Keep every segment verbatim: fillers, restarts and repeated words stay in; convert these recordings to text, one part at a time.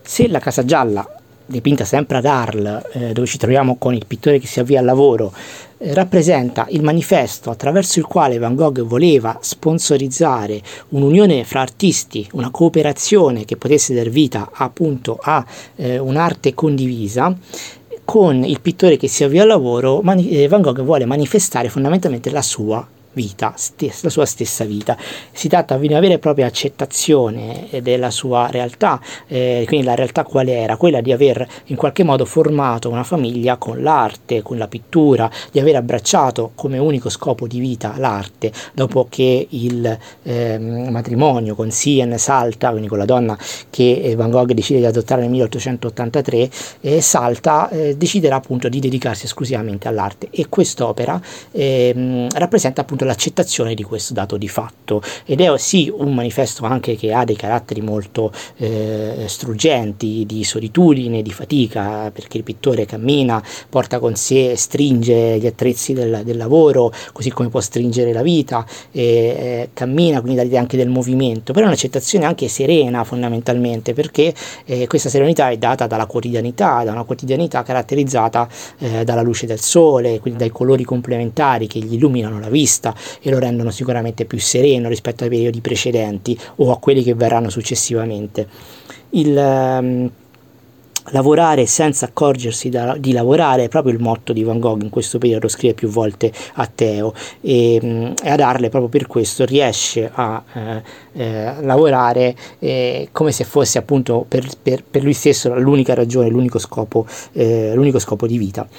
Se la Casa Gialla, dipinta sempre ad Arles, eh, dove ci troviamo con il pittore che si avvia al lavoro, eh, rappresenta il manifesto attraverso il quale Van Gogh voleva sponsorizzare un'unione fra artisti, una cooperazione che potesse dar vita appunto a eh, un'arte condivisa, con il pittore che si avvia al lavoro, mani- eh, Van Gogh vuole manifestare fondamentalmente la sua vita, stessa, la sua stessa vita. Si tratta di una vera e propria accettazione della sua realtà, eh, quindi la realtà qual era? Quella di aver in qualche modo formato una famiglia con l'arte, con la pittura, di aver abbracciato come unico scopo di vita l'arte, dopo che il eh, matrimonio con Sien salta, quindi con la donna che Van Gogh decide di adottare nel milleottocentottantatré, eh, salta, eh, deciderà appunto di dedicarsi esclusivamente all'arte, e quest'opera eh, rappresenta appunto l'accettazione di questo dato di fatto, ed è sì un manifesto anche che ha dei caratteri molto eh, struggenti, di solitudine, di fatica, perché il pittore cammina, porta con sé, stringe gli attrezzi del, del lavoro, così come può stringere la vita, e, eh, cammina, quindi dà l'idea anche del movimento, però è un'accettazione anche serena fondamentalmente, perché eh, questa serenità è data dalla quotidianità, da una quotidianità caratterizzata eh, dalla luce del sole, quindi dai colori complementari che gli illuminano la vista e lo rendono sicuramente più sereno rispetto ai periodi precedenti o a quelli che verranno successivamente. Il um, lavorare senza accorgersi da, di lavorare è proprio il motto di Van Gogh in questo periodo, scrive più volte a Theo, e, e ad Arles proprio per questo riesce a eh, eh, lavorare eh, come se fosse appunto per, per, per lui stesso l'unica ragione, l'unico scopo, eh, l'unico scopo di vita.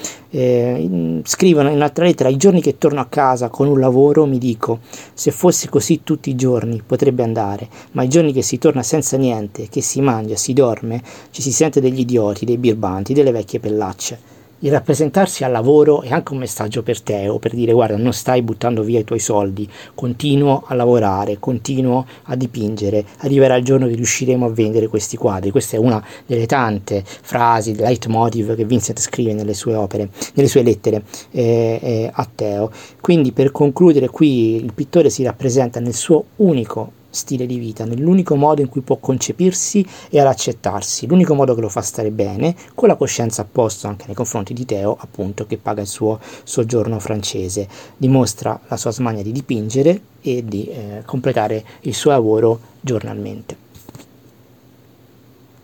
Eh, scrivono in un'altra lettera: i giorni che torno a casa con un lavoro mi dico, se fosse così tutti i giorni potrebbe andare, ma i giorni che si torna senza niente, che si mangia, si dorme, ci si sente degli idioti, dei birbanti, delle vecchie pellacce. Il rappresentarsi al lavoro è anche un messaggio per Theo, per dire: guarda, non stai buttando via i tuoi soldi, continuo a lavorare, continuo a dipingere, arriverà il giorno che riusciremo a vendere questi quadri. Questa è una delle tante frasi, leitmotiv che Vincent scrive nelle sue opere, nelle sue lettere eh, eh, a Theo. Quindi, per concludere, qui il pittore si rappresenta nel suo unico stile di vita, nell'unico modo in cui può concepirsi e ad accettarsi, l'unico modo che lo fa stare bene, con la coscienza a posto anche nei confronti di Theo, appunto, che paga il suo soggiorno francese. Dimostra la sua smania di dipingere e di eh, completare il suo lavoro giornalmente.